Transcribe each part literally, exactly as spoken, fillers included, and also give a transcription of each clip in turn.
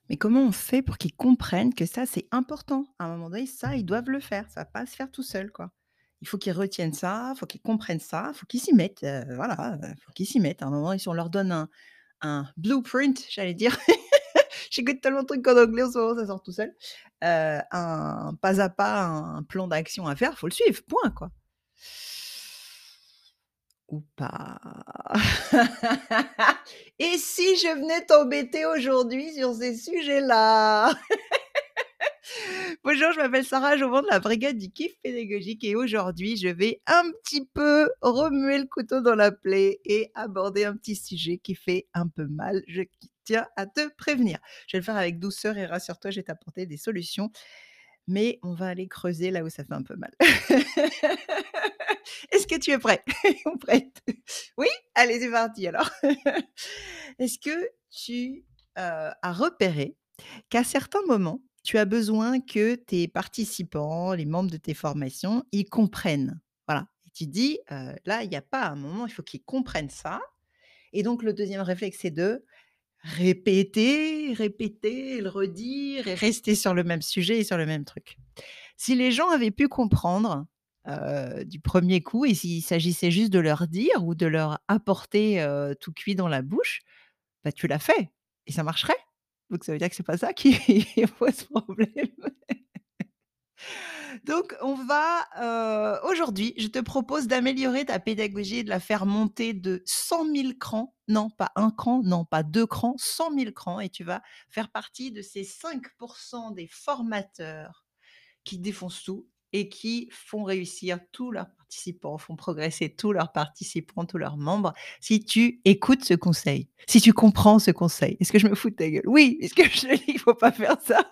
Mais comment on fait pour qu'ils comprennent que ça, c'est important? À un moment donné, ça, ils doivent le faire, ça va pas se faire tout seul, quoi. Il faut qu'ils retiennent ça, il faut qu'ils comprennent ça, il faut qu'ils s'y mettent, heu, voilà, heu, faut qu'ils s'y mettent. À un moment, si on leur donne un un blueprint, j'allais dire. J'écoute tellement de trucs en anglais en ce moment, ça sort tout seul. Heu, un pas à pas, un plan d'action à faire, faut le suivre, point, quoi. Ou pas. Et si je venais t'embêter aujourd'hui sur ces sujets-là? Bonjour, je m'appelle Sarah, je vends de la brigade du kiff pédagogique et aujourd'hui, je vais un petit peu remuer le couteau dans la plaie et aborder un petit sujet qui fait un peu mal. Je qui tiens à te prévenir. Je vais le faire avec douceur et rassure-toi, je vais t'apporter des solutions, mais on va aller creuser là où ça fait un peu mal. Est-ce que tu es prêt ou prête? Oui? Allez, c'est parti alors. Est-ce que tu, heu, as repéré qu'à certains moments, tu as besoin que tes participants, les membres de tes formations, ils comprennent? Voilà, et tu te dis, heu: «Là, il y a pas un moment, il faut qu'ils comprennent ça» et donc le deuxième réflexe, c'est de répéter, répéter, le redire et rester sur le même sujet et sur le même truc. Si les gens avaient pu comprendre, heu, du premier coup et s'il s'agissait juste de leur dire ou de leur apporter, heu, tout cuit dans la bouche, bah, tu l'as fait et ça marcherait. Donc ça veut dire que c'est pas ça qui pose problème. Donc on va, heu, aujourd'hui, je te propose d'améliorer ta pédagogie et de la faire monter de cent mille crans. Non, pas un cran, non, pas deux crans, cent mille crans et tu vas faire partie de ces cinq des formateurs qui défoncent tout et qui font réussir tous leurs participants, font progresser tous leurs participants, tous leurs membres, si tu écoutes ce conseil, si tu comprends ce conseil. Est-ce que je me fous de ta gueule? Oui, puisque je te dis qu'il faut pas faire ça.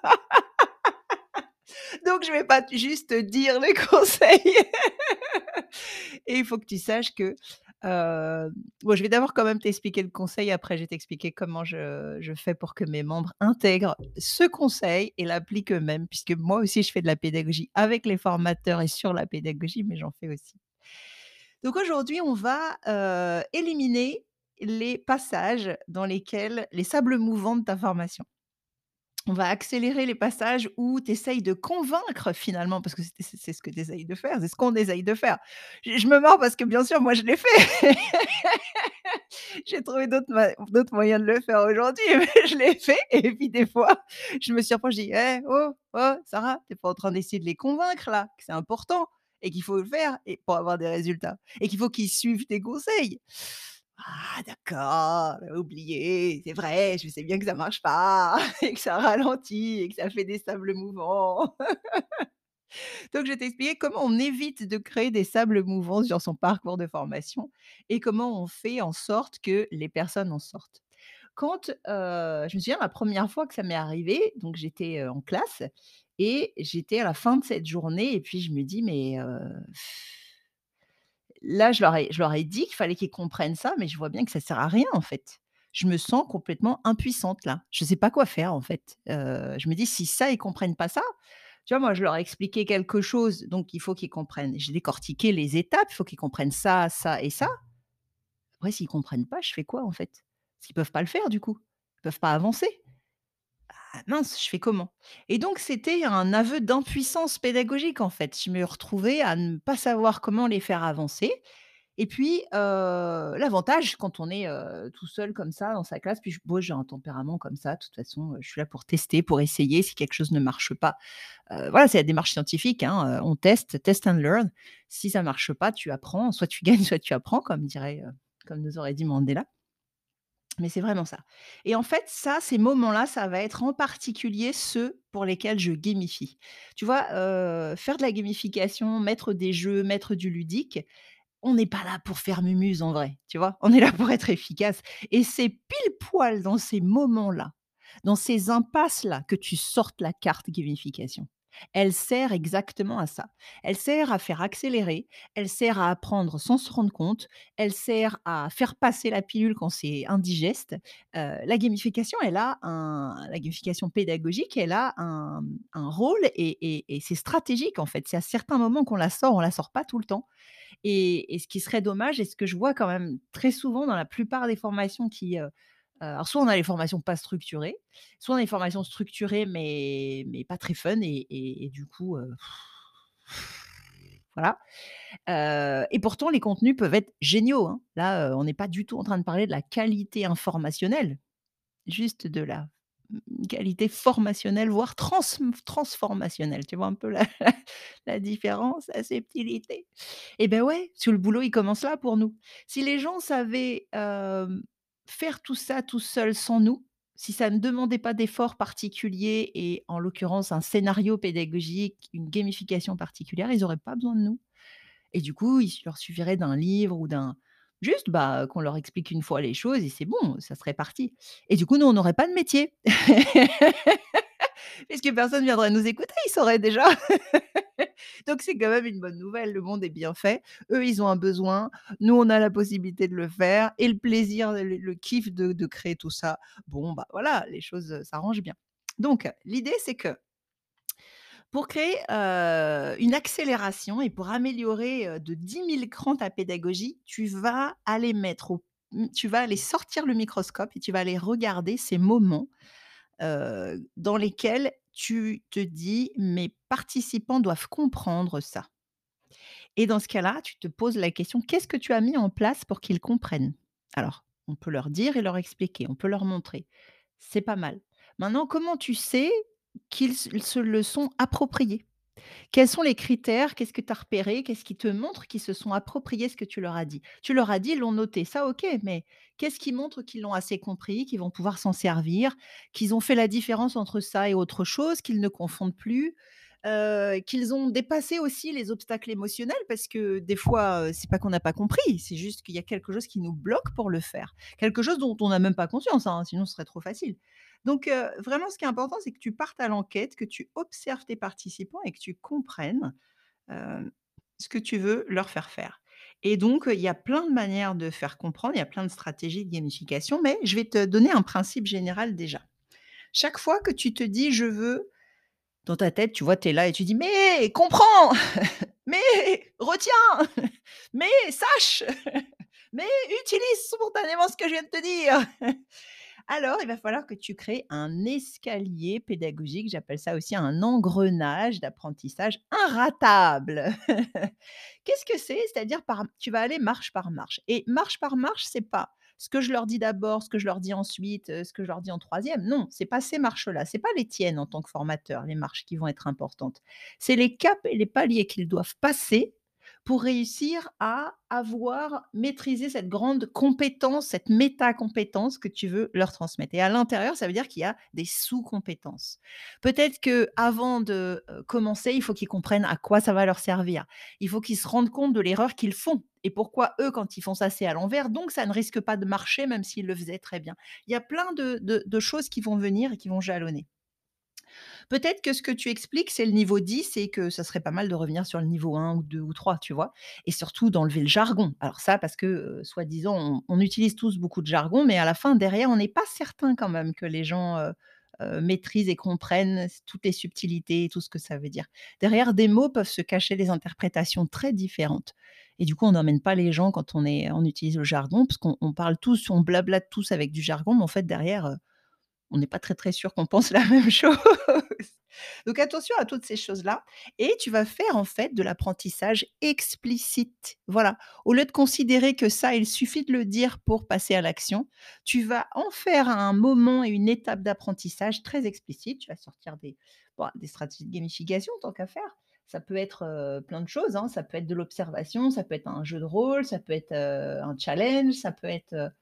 Donc je vais pas t juste te dire les conseils et il faut que tu saches que, heu, bon, je vais d'abord quand même t'expliquer le conseil, après je vais t'expliquer comment je je fais pour que mes membres intègrent ce conseil et l'appliquent eux-mêmes, puisque moi aussi je fais de la pédagogie avec les formateurs et sur la pédagogie, mais j'en fais aussi. Donc aujourd'hui, on va, heu, éliminer les passages dans lesquels les sables mouvants de ta formation. On va accélérer les passages où tu essayes de convaincre finalement, parce que c'est c'est c'est ce que tu essayes de faire, c'est ce qu'on essaye de faire. Je je me marre parce que bien sûr, moi je l'ai fait. J'ai trouvé d'autres ma d'autres moyens de le faire aujourd'hui, mais je l'ai fait et puis des fois, je me surprends, je dis: «Eh, oh, oh, Sarah, tu es pas en train d'essayer de les convaincre là, que c'est important et qu'il faut le faire et pour avoir des résultats et qu'il faut qu'ils suivent tes conseils». «Ah d'accord, j'avais oublié, c'est vrai, je sais bien que ça marche pas et que ça ralentit et que ça fait des sables mouvants». Donc je vais t'expliquer comment on évite de créer des sables mouvants sur son parcours de formation et comment on fait en sorte que les personnes en sortent. Quand, heu, je me souviens la première fois que ça m'est arrivé, donc j'étais, heu, en classe et j'étais à la fin de cette journée et puis je me dis: «Mais, heu, là je leur ai je leur ai dit qu'il fallait qu'ils comprennent ça, mais je vois bien que ça sert à rien en fait. Je me sens complètement impuissante là. Je sais pas quoi faire en fait». Heu, je me dis: «Si ça, ils comprennent pas ça». Tu vois, moi, je leur ai expliqué quelque chose, donc il faut qu'ils comprennent. J'ai décortiqué les étapes, il faut qu'ils comprennent ça, ça et ça. Après, s'ils comprennent pas, je fais quoi, en fait? Parce qu'ils peuvent pas le faire, du coup. Ils peuvent pas avancer. Ah mince, je fais comment? Et donc c'était un aveu d'impuissance pédagogique, en fait. Je me retrouvais à ne pas savoir comment les faire avancer et puis, heu, l'avantage quand on est, heu, tout seul comme ça dans sa classe, puis je bon, j'ai un tempérament comme ça, de toute façon, heu, je suis là pour tester, pour essayer si quelque chose ne marche pas. Heu, voilà, c'est la démarche scientifique, hein, heu, on teste, test and learn. Si ça marche pas, tu apprends, soit tu gagnes, soit tu apprends, comme dirait, heu, comme nous aurait dit Mandela. Mais c'est vraiment ça. Et en fait, ça, ces moments-là, ça va être en particulier ceux pour lesquels je gamifie. Tu vois, heu, faire de la gamification, mettre des jeux, mettre du ludique, on n'est pas là pour faire mumuse en vrai, tu vois? On est là pour être efficace et c'est pile poil dans ces moments-là, dans ces impasses-là que tu sortes la carte gamification. Elle sert exactement à ça. Elle sert à faire accélérer, elle sert à apprendre sans se rendre compte, elle sert à faire passer la pilule quand c'est indigeste. Heu, la gamification, elle a un la gamification pédagogique, elle a un un rôle et et et c'est stratégique en fait. C'est à certains moments qu'on la sort, on la sort pas tout le temps et et ce qui serait dommage et ce que je vois quand même très souvent dans la plupart des formations qui, heu Heu, alors soit on a les formations pas structurées, soit on a les formations structurées mais mais pas très fun et et et du coup, heu, voilà. Heu et pourtant les contenus peuvent être géniaux, hein. Là, heu, on n'est pas du tout en train de parler de la qualité informationnelle, juste de la, mmh, qualité formationnelle, voire trans transformationnelle. Tu vois un peu la la différence, la subtilité? Et beh, ouais, parce que le boulot, il commence là pour nous. Si les gens savaient, hem, faire tout ça tout seuls sans nous, si ça ne demandait pas d'efforts particuliers et en l'occurrence un scénario pédagogique, une gamification particulière, ils auraient pas besoin de nous. Et du coup, il leur suffirait d'un livre ou d'un juste, bah, qu'on leur explique une fois les choses et c'est bon, ça serait parti. Et du coup, nous, on n'aurait pas de métier. Puisque personne viendrait nous écouter, ils sauraient déjà. Donc c'est quand même une bonne nouvelle, le monde est bien fait. Eux, ils ont un besoin, nous, on a la possibilité de le faire et le plaisir, le le kiff de de créer tout ça. Bon, bah, voilà, les choses, heu, s'arrangent bien. Donc l'idée, c'est que pour créer, heu, une accélération et pour améliorer, heu, de dix mille crans ta pédagogie, tu vas aller mettre au mmh, tu vas aller sortir le microscope et tu vas aller regarder ces moments, heu, dans lesquels tu te dis: «Mes participants doivent comprendre ça». Et dans ce cas-là, tu te poses la question: «Qu'est-ce que tu as mis en place pour qu'ils comprennent?» Alors, on peut leur dire et leur expliquer, on peut leur montrer. C'est pas mal. Maintenant, comment tu sais qu'ils s se le sont approprié? Quels sont les critères? Qu'est-ce que tu as repéré? Qu'est-ce qui te montre qu'ils se sont appropriés ce que tu leur as dit? Tu leur as dit, ils l'ont noté, ça OK, mais qu'est-ce qui montre qu'ils l'ont assez compris, qu'ils vont pouvoir s'en servir, qu'ils ont fait la différence entre ça et autre chose, qu'ils ne confondent plus, heu, qu'ils ont dépassé aussi les obstacles émotionnels? Parce que des fois, heu, c'est pas qu'on n'a pas compris, c'est juste qu'il y a quelque chose qui nous bloque pour le faire. Quelque chose dont on n'a même pas conscience, hein, sinon ce serait trop facile. Donc, heu, vraiment ce qui est important, c'est que tu partes à l'enquête, que tu observes tes participants et que tu comprennes, hem, ce que tu veux leur faire faire. Et donc, heu, il y a plein de manières de faire comprendre, il y a plein de stratégies de gamification, mais je vais te donner un principe général déjà. Chaque fois que tu te dis: «Je veux», dans ta tête, tu vois, tu es là et tu dis: «Mais comprends! Mais retiens! Mais sache! Mais utilise spontanément ce que je viens de te dire!» Alors, il va falloir que tu crées un escalier pédagogique, j'appelle ça aussi un engrenage d'apprentissage inratable. Qu'est-ce que c'est? C'est-à-dire par tu vas aller marche par marche et marche par marche, c'est pas ce que je leur dis d'abord, ce que je leur dis ensuite, heu, ce que je leur dis en troisième. Non, c'est pas ces marches-là, c'est pas les tiennes en tant que formateur, les marches qui vont être importantes. C'est les caps et les paliers qu'ils doivent passer pour réussir à avoir maîtrisé cette grande compétence, cette méta-compétence que tu veux leur transmettre. Et à l'intérieur, ça veut dire qu'il y a des sous-compétences. Peut-être qu'avant de, heu, commencer, il faut qu'ils comprennent à quoi ça va leur servir. Il faut qu'ils se rendent compte de l'erreur qu'ils font et pourquoi eux, quand ils font ça, c'est à l'envers, donc ça ne risque pas de marcher même s'ils le faisaient très bien. Il y a plein de de de choses qui vont venir et qui vont jalonner. Peut-être que ce que tu expliques, c'est le niveau dix et que ça serait pas mal de revenir sur le niveau un ou deux ou trois, tu vois? Et surtout d'enlever le jargon. Alors ça, parce que, heu, soi-disant, on on utilise tous beaucoup de jargon, mais à la fin, derrière, on n'est pas certain quand même que les gens, heu heu, maîtrisent et comprennent s toutes les subtilités et tout ce que ça veut dire. Derrière des mots peuvent se cacher des interprétations très différentes et du coup, on n'emmène pas les gens quand on est on utilise le jargon parce qu'on on parle tous, on blablate tous avec du jargon, mais en fait derrière, on n'est pas très, très sûr qu'on pense la même chose. Donc attention à toutes ces choses-là et tu vas faire en fait de l'apprentissage explicite. Voilà. Au lieu de considérer que ça, il suffit de le dire pour passer à l'action, tu vas en faire un moment et une étape d'apprentissage très explicite. Tu vas sortir des, bon, des stratégies de gamification tant qu'à faire. Ça peut être euh, plein de choses, hein. Ça peut être de l'observation, ça peut être un jeu de rôle, ça peut être euh, un challenge, ça peut être euh,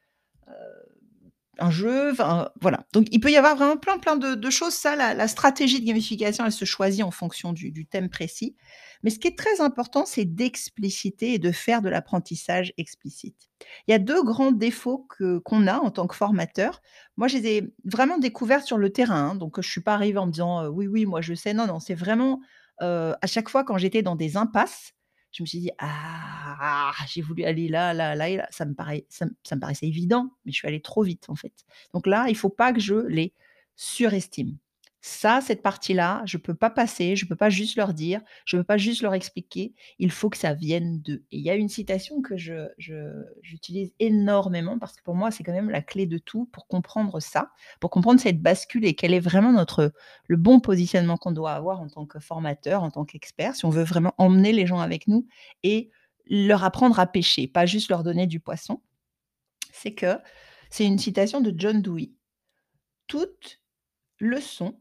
un jeu, enfin, voilà. Donc il peut y avoir vraiment plein, plein de de choses. Ça, la la stratégie de gamification, elle se choisit en fonction du du thème précis. Mais ce qui est très important, c'est d'expliciter et de faire de l'apprentissage explicite. Il y a deux grands défauts que qu'on a en tant que formateur. Moi, je les ai vraiment découverts sur le terrain, hein, donc je suis pas arrivée en me disant, heu: «Oui, oui, moi je sais». Non, non, c'est vraiment, heu, à chaque fois quand j'étais dans des impasses, je me suis dit: «Ah, j'ai voulu aller là, là, là et là». Ça me paraît ça me ça me paraissait évident, mais je suis allée trop vite, en fait. Donc là, il faut pas que je les surestime. Ça, cette partie-là, je peux pas passer, je peux pas juste leur dire, je peux pas juste leur expliquer, il faut que ça vienne d'eux et il y a une citation que je je j'utilise énormément parce que pour moi, c'est quand même la clé de tout pour comprendre ça, pour comprendre cette bascule et quel est vraiment notre le bon positionnement qu'on doit avoir en tant que formateur, en tant qu'expert, si on veut vraiment emmener les gens avec nous et leur apprendre à pêcher, pas juste leur donner du poisson. C'est que c'est une citation de John Dewey: «Toute leçon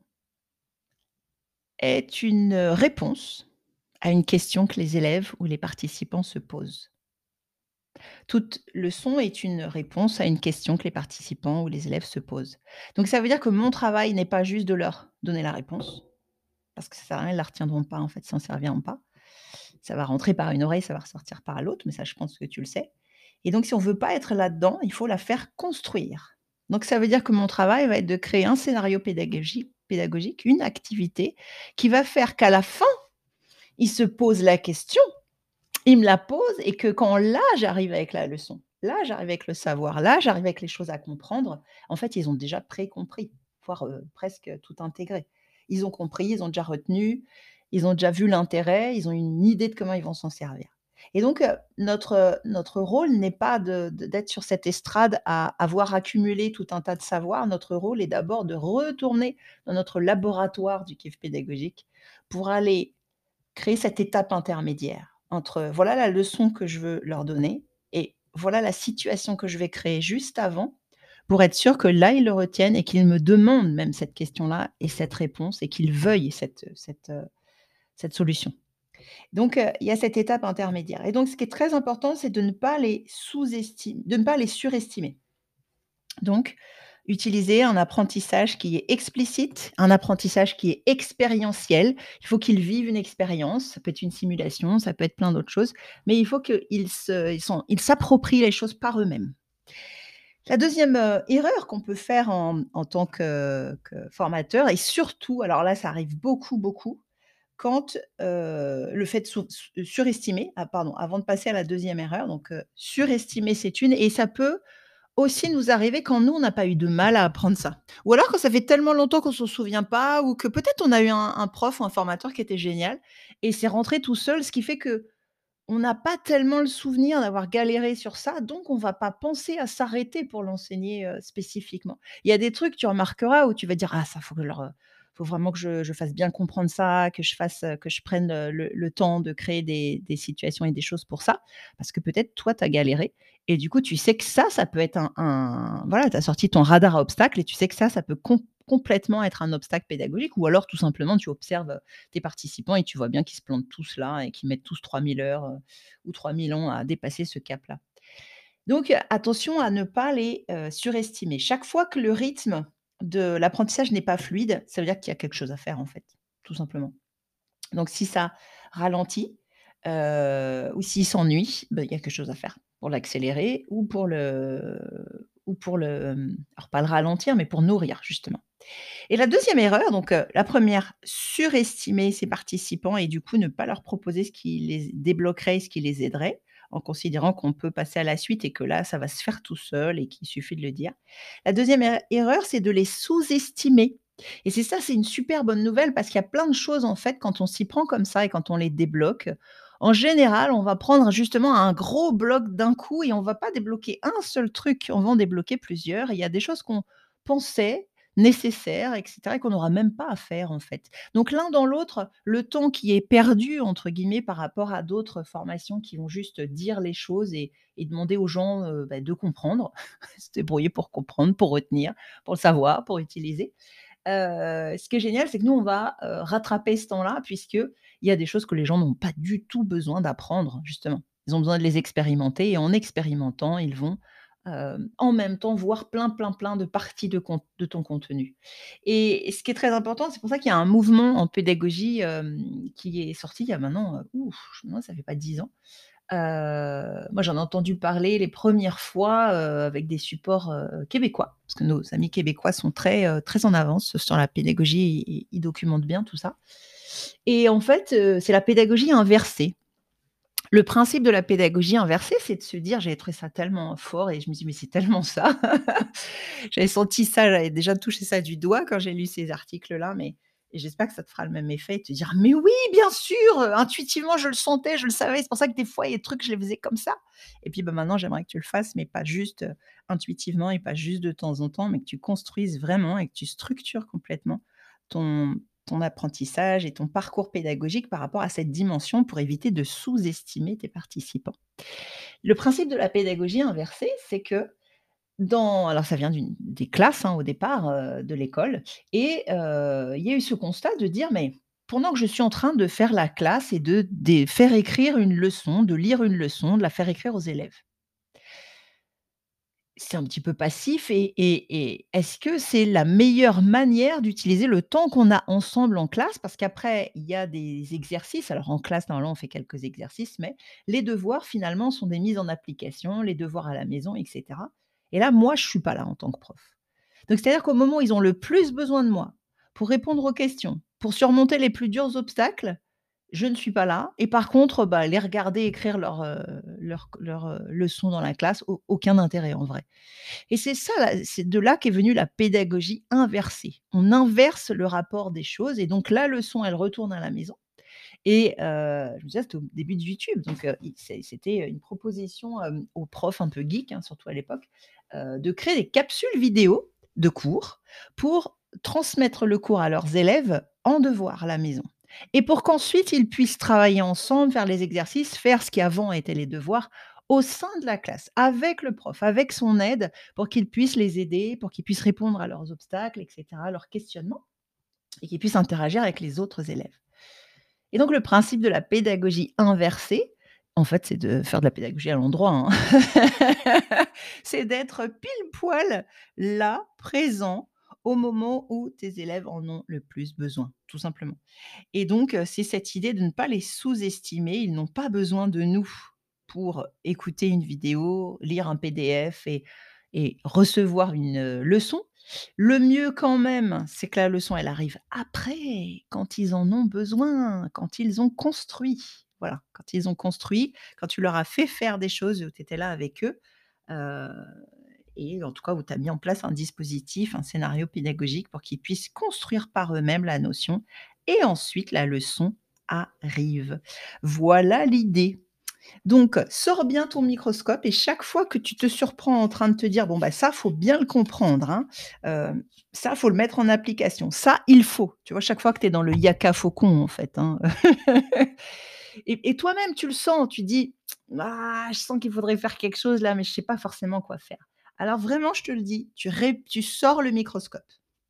est une, réponse à une question que les élèves ou les participants se posent. Toute leçon est une réponse à une question que les participants ou les élèves se posent. Donc ça veut dire que mon travail n'est pas juste de leur donner la réponse, parce que ça sert à rien, ils la retiendront pas en fait, s'en serviront pas. Ça va rentrer par une oreille, ça va ressortir par l'autre, mais ça je pense que tu le sais. Et donc si on veut pas être là-dedans, il faut la faire construire. Donc ça veut dire que mon travail va être de créer un scénario pédagogique pédagogique, une activité qui va faire qu'à la fin il se pose la question, il me la pose et que quand là, j'arrive avec la leçon, là, j'arrive avec le savoir, là, j'arrive avec les choses à comprendre, en fait, ils ont déjà pré-compris, voire, heu, presque tout intégré. Ils ont compris, ils ont déjà retenu, ils ont déjà vu l'intérêt, ils ont une idée de comment ils vont s'en servir et donc heu, notre, heu, notre rôle n'est pas de de d'être sur cette estrade à avoir accumulé tout un tas de savoirs. Notre rôle est d'abord de retourner dans notre laboratoire du kiff pédagogique pour aller créer cette étape intermédiaire entre, voilà la leçon que je veux leur donner et voilà la situation que je vais créer juste avant, pour être sûr que là, ils le retiennent et qu'ils me demandent même cette question-là et cette réponse et qu'ils veuillent cette, cette, heu, cette solution. Donc, heu, il y a cette étape intermédiaire et donc ce qui est très important, c'est de ne pas les sous-estimer, de ne pas les surestimer. Donc, utiliser un apprentissage qui est explicite, un apprentissage qui est expérientiel. Il faut qu'ils vivent une expérience, ça peut être une simulation, ça peut être plein d'autres choses, mais il faut qu'ils se ils sont ils s'approprient les choses par eux-mêmes. La deuxième e erreur qu'on peut faire en en tant que que formateur et surtout, alors là, ça arrive beaucoup, beaucoup, quand, heu, le fait de sou su surestimer, ah pardon, avant de passer à la deuxième erreur, donc heu, surestimer, c'est une et ça peut aussi nous arriver quand nous, on n'a pas eu de mal à apprendre ça. Ou alors quand ça fait tellement longtemps qu'on s'en souvient pas ou que peut-être on a eu un un prof ou un formateur qui était génial et c'est rentré tout seul, ce qui fait qu'on n'a pas tellement le souvenir d'avoir galéré sur ça, donc on va pas penser à s'arrêter pour l'enseigner, heu, spécifiquement. Il y a des trucs, tu remarqueras, où tu vas dire: «Ah ça, faut que je leur, heu, faut vraiment que je je fasse bien comprendre ça, que je fasse, heu, que je prenne, heu, le le temps de créer des des situations et des choses pour ça». Parce que peut-être toi, tu as galéré et du coup, tu sais que ça, ça peut être un un voilà, tu as sorti ton radar à obstacles et tu sais que ça, ça peut com complètement être un obstacle pédagogique ou alors tout simplement tu observes, heu, tes participants et tu vois bien qu'ils se plantent tous là et qu'ils mettent tous trois mille heures, heu, ou trois mille ans à dépasser ce cap-là. Donc attention à ne pas les, heu, surestimer. Chaque fois que le rythme de l'apprentissage n'est pas fluide, ça veut dire qu'il y a quelque chose à faire en fait, tout simplement. Donc si ça ralentit, heu, ou s'ils s'ennuient, bah, il y a quelque chose à faire pour l'accélérer ou pour le ou pour le, hem, alors pas le ralentir, mais pour nourrir justement. Et la deuxième erreur, donc heu, la première, surestimer ses participants et du coup ne pas leur proposer ce qui les débloquerait, ce qui les aiderait, en considérant qu'on peut passer à la suite et que là, ça va se faire tout seul et qu'il suffit de le dire. La deuxième er erreur, c'est de les sous-estimer et c'est ça, c'est une super bonne nouvelle parce qu'il y a plein de choses en fait quand on s'y prend comme ça et quand on les débloque. En général, on va prendre justement un gros bloc d'un coup et on va pas débloquer un seul truc, on va en débloquer plusieurs. Il y a des choses qu'on pensait nécessaires et cetera et qu'on n'aura même pas à faire, en fait. Donc l'un dans l'autre, le temps qui est «perdu» entre guillemets par rapport à d'autres formations qui vont juste dire les choses et et demander aux gens, heu, bah, de comprendre, se débrouiller pour comprendre, pour retenir, pour le savoir, pour utiliser. Heu, ce qui est génial, c'est que nous, on va, heu, rattraper ce temps-là puisqu'il y a des choses que les gens n'ont pas du tout besoin d'apprendre, justement. Ils ont besoin de les expérimenter et en expérimentant, ils vont, hem, en même temps voir plein, plein, plein de parties de con de ton contenu et ce qui est très important, c'est pour ça qu'il y a un mouvement en pédagogie, hem, qui est sorti il y a maintenant, heu, ouf, je me demande ça fait pas dix ans. Heu, moi, j'en ai entendu parler les premières fois, heu, avec des supports, heu, québécois, parce que nos amis québécois sont très, heu, très en avance sur la pédagogie, ils ils documentent bien tout ça et en fait, heu, c'est la pédagogie inversée. Le principe de la pédagogie inversée, c'est de se dire j'avais trouvé ça tellement fort et je me dis: «Mais c'est tellement ça». J'avais senti ça, j'avais déjà touché ça du doigt quand j'ai lu ces articles-là, mais et j'espère que ça te fera le même effet et te dire: «Mais oui, bien sûr, heu, intuitivement, je le sentais, je le savais, c'est pour ça que des fois, il y a des trucs, je les faisais comme ça». Et puis, bah, maintenant, j'aimerais que tu le fasses, mais pas juste, heu, intuitivement et pas juste de temps en temps, mais que tu construises vraiment et que tu structures complètement ton ton apprentissage et ton parcours pédagogique par rapport à cette dimension pour éviter de sous-estimer tes participants. Le principe de la pédagogie inversée, c'est que dans alors ça vient d'une des classes, hein, au départ, heu, de l'école et heu, il y a eu ce constat de dire: «Mais pendant que je suis en train de faire la classe et de dé faire écrire une leçon, de lire une leçon, de la faire écrire aux élèves». C'est un petit peu passif et et et est-ce que c'est la meilleure manière d'utiliser le temps qu'on a ensemble en classe? Parce qu'après, il y a des exercices. Alors en classe, normalement, on fait quelques exercices, mais les devoirs, finalement, sont des mises en application, les devoirs à la maison et cetera. Et là, moi, je suis pas là en tant que prof. Donc c'est-à-dire qu'au moment où ils ont le plus besoin de moi, pour répondre aux questions, pour surmonter les plus durs obstacles, je ne suis pas là et par contre, bah, les regarder écrire leurs, heu, leurs leurs, heu, leçons dans la classe, au aucun intérêt en vrai. Et c'est ça, là, c'est de là qu'est venue la pédagogie inversée. On inverse le rapport des choses et donc la leçon, elle retourne à la maison et heu, je me disais, c'était au début de YouTube, donc heu, il c'est c'était une proposition, hem, aux profs un peu geeks, hein, surtout à l'époque, heu, de créer des capsules vidéo de cours pour transmettre le cours à leurs élèves en devoir à la maison et pour qu'ensuite ils puissent travailler ensemble, faire les exercices, faire ce qui avant étaient les devoirs au sein de la classe, avec le prof, avec son aide, pour qu'il puisse les aider, pour qu'ils puissent répondre à leurs obstacles et cetera, à leurs questionnements et qu'ils puissent interagir avec les autres élèves. Et donc le principe de la pédagogie inversée, en fait, c'est de faire de la pédagogie à l'endroit, hein. C'est d'être pile poil là, présent, au moment où tes élèves en ont le plus besoin, tout simplement. Et donc, heu, c'est cette idée de ne pas les sous-estimer. Ils n'ont pas besoin de nous pour écouter une vidéo, lire un P D F et et recevoir une, heu, leçon. Le mieux quand même, c'est que la leçon, elle arrive après, quand ils en ont besoin, quand ils ont construit. Voilà, quand ils ont construit, quand tu leur as fait faire des choses, où tu étais là avec eux, heu et en tout cas où tu as mis en place un dispositif, un scénario pédagogique pour qu'ils puissent construire par eux-mêmes la notion et ensuite la leçon arrive. Voilà l'idée. Donc, sors bien ton microscope et chaque fois que tu te surprends en train de te dire: «Bon, bah, ça, faut bien le comprendre, hein, heu, ça, faut le mettre en application, ça, il faut». Tu vois? Chaque fois que tu es dans le yaka faucon, en fait, hein. Et et toi-même, tu le sens, tu dis: «Ah, je sens qu'il faudrait faire quelque chose là, mais je sais pas forcément quoi faire». Alors vraiment, je te le dis, tu ré tu sors le microscope.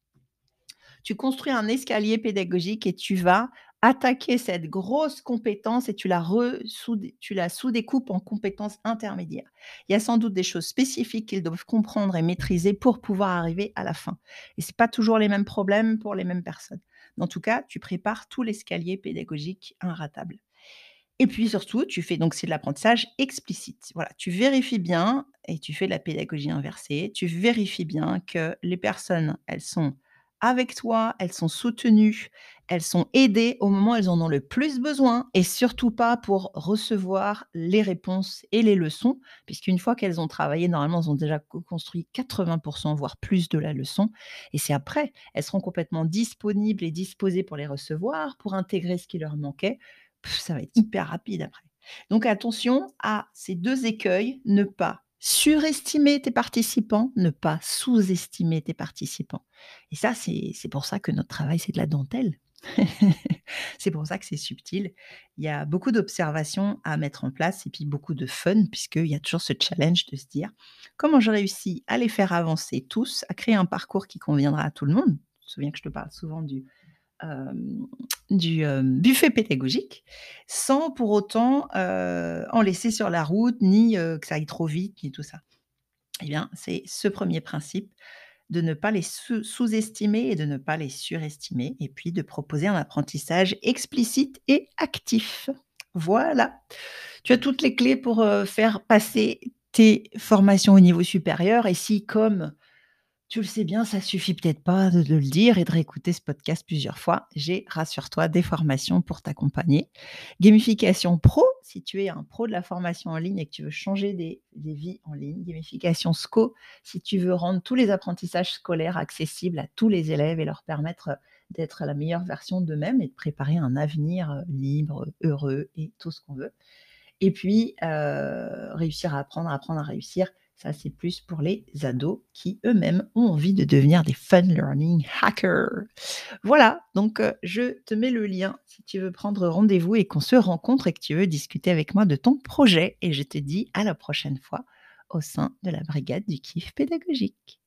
Tu construis un escalier pédagogique et tu vas attaquer cette grosse compétence et tu la re sous tu la sous-découpes en compétences intermédiaires. Il y a sans doute des choses spécifiques qu'ils doivent comprendre et maîtriser pour pouvoir arriver à la fin et c'est pas toujours les mêmes problèmes pour les mêmes personnes. Mais en tout cas, tu prépares tout l'escalier pédagogique inratable. Et puis surtout, tu fais donc c'est de l'apprentissage explicite. Voilà, tu vérifies bien et tu fais de la pédagogie inversée. Tu vérifies bien que les personnes, elles sont avec toi, elles sont soutenues, elles sont aidées au moment où elles en ont le plus besoin et surtout pas pour recevoir les réponses et les leçons, puisqu'une fois qu'elles ont travaillé, normalement, elles ont déjà co-construit quatre-vingts voire plus de la leçon et c'est après, elles seront complètement disponibles et disposées pour les recevoir, pour intégrer ce qui leur manquait. Pff, ça va être hyper rapide après. Donc attention à ces deux écueils, ne pas surestimer tes participants, ne pas sous-estimer tes participants. Et ça, c'est c'est pour ça que notre travail, c'est de la dentelle. C'est pour ça que c'est subtil. Il y a beaucoup d'observations à mettre en place et puis beaucoup de fun puisqu'il y a toujours ce challenge de se dire: «Comment je réussis à les faire avancer tous, à créer un parcours qui conviendra à tout le monde?» Tu te souviens que je te parle souvent du hem, du, hem, buffet pédagogique, sans pour autant, heu, en laisser sur la route, ni, heu, que ça aille trop vite, ni tout ça. Eh bien, c'est ce premier principe de ne pas les sous sous-estimer et de ne pas les surestimer et puis de proposer un apprentissage explicite et actif. Voilà. Tu as toutes les clés pour, heu, faire passer tes formations au niveau supérieur et si comme Tu le sais bien, ça suffit peut-être pas de de le dire et de réécouter ce podcast plusieurs fois. J'ai, rassure-toi, des formations pour t'accompagner. Gamification pro, si tu es un pro de la formation en ligne et que tu veux changer des des vies en ligne. Gamification SCO, si tu veux rendre tous les apprentissages scolaires accessibles à tous les élèves et leur permettre, heu, d'être la meilleure version d'eux-mêmes et de préparer un avenir, heu, libre, heureux et tout ce qu'on veut. Et puis, heu, réussir à apprendre, apprendre à réussir, ça c'est plus pour les ados qui eux-mêmes ont envie de devenir des fun learning hackers. Voilà, donc heu, je te mets le lien si tu veux prendre rendez-vous et qu'on se rencontre et que tu veux discuter avec moi de ton projet et je te dis à la prochaine fois au sein de la brigade du kiff pédagogique.